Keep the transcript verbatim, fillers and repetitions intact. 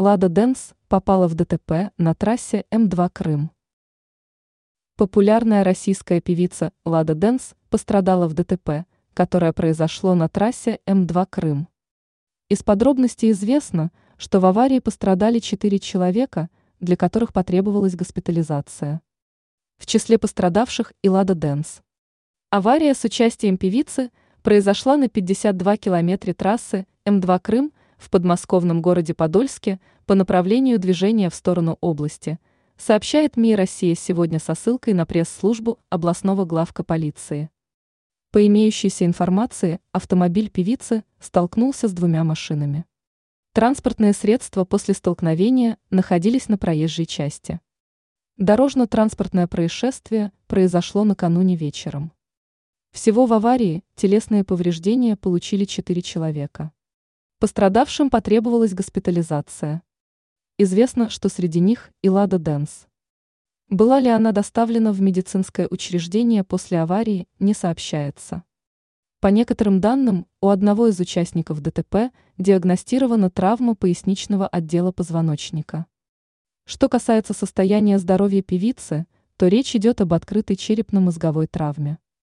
Лада Дэнс попала в ДТП на трассе М два Крым. Популярная российская певица Лада Дэнс пострадала в ДТП, которое произошло на трассе М два Крым. Из подробностей известно, что в аварии пострадали четыре человека, для которых потребовалась госпитализация. В числе пострадавших и Лада Дэнс. Авария с участием певицы произошла на пятьдесят два километре трассы М два Крым в подмосковном городе Подольске по направлению движения в сторону области, сообщает МИ «Россия» сегодня со ссылкой на пресс-службу областного главка полиции. По имеющейся информации, автомобиль певицы столкнулся с двумя машинами. Транспортные средства после столкновения находились на проезжей части. Дорожно-транспортное происшествие произошло накануне вечером. Всего в аварии телесные повреждения получили четыре человека. Пострадавшим потребовалась госпитализация. Известно, что среди них и Лада Дэнс. Была ли она доставлена в медицинское учреждение после аварии, не сообщается. По некоторым данным, у одного из участников ДТП диагностирована травма поясничного отдела позвоночника. Что касается состояния здоровья певицы, то речь идет об открытой черепно-мозговой травме.